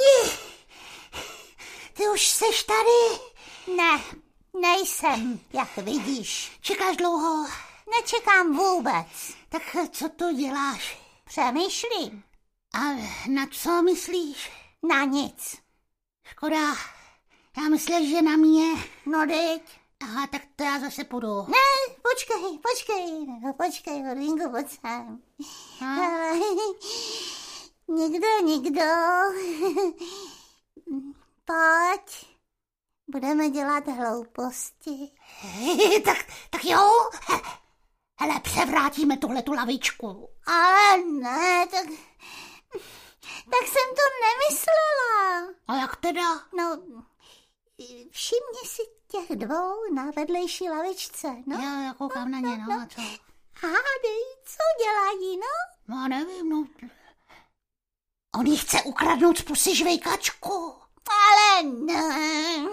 Páni, ty už seš tady? Ne, nejsem, jak vidíš. Čekáš dlouho? Nečekám vůbec. Tak co tu děláš? Přemýšlím. A na co myslíš? Na nic. Škoda, já myslel, že na mě. No deď. Aha, tak to já zase půjdu. Ne, počkej, Horvínku, pojď sem. Nikdo. Pojď. Budeme dělat hlouposti. Tak jo. Hele, převrátíme tuhletu lavičku. Ale ne, tak jsem to nemyslela. A jak teda? No, všimni si těch dvou na vedlejší lavičce, no. Já koukám na ně, no. A co? Hádej, co dělají, no? No, nevím, no. On jí chce ukradnout z pusy žvejkačku. Ale ne.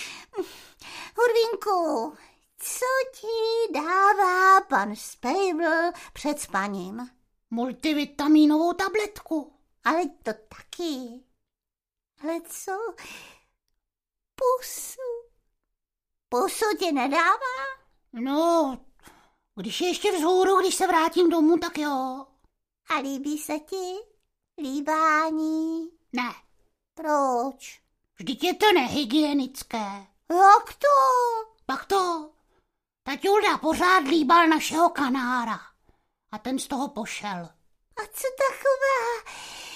Hurvínku, co ti dává pan Spejbl před spaním? Multivitamínovou tabletku. Ale to taky. Ale co? Pusu ti nedává? No, když je ještě vzhůru, když se vrátím domů, tak jo. A líbí se ti? Líbání? Ne. Proč? Vždyť je to nehygienické. Jak to? Pak to. Taťulda pořád líbal našeho kanára. A ten z toho pošel. A co taková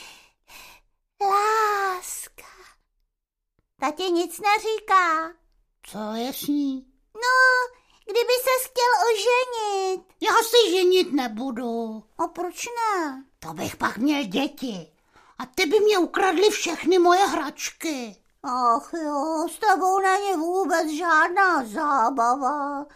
láska? Ta ti nic neříká. Co je s ní? No, kdyby ses chtěl oženit. Já si ženit nebudu. A proč ne? To bych pak měl děti. A ty by mě ukradly všechny moje hračky. Ach jo, s tebou není vůbec žádná zábava.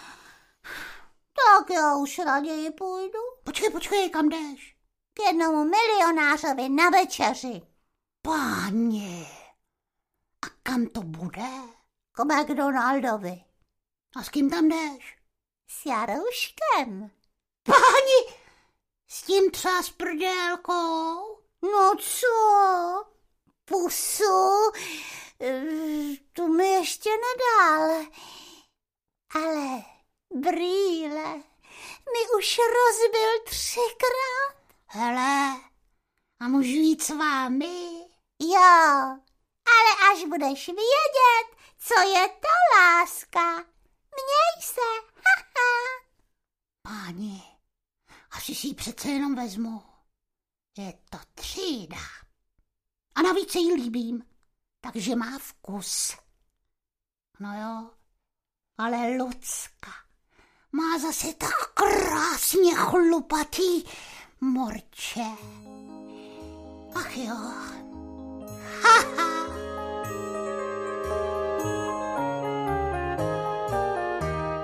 Tak já už raději půjdu. Počkej, kam jdeš? K jednomu milionářovi na večeři. Páni, a kam to bude? K McDonaldovi. A s kým tam jdeš? S Jarouškem. Páni, s tím třeba s prdélkou? No co? Pusu? Tu mi ještě nedal. Ale brýle mi už rozbil 3krát. Hele, a můžu jít s vámi? Jo, ale až budeš vědět, co je to láska. Měj se, haha. Páni, asi si ji přece jenom vezmu. Je to třída. A navíc se jí líbím, takže má vkus. No jo, ale Lucka má zase tak krásně chlupatý morče. Ach jo.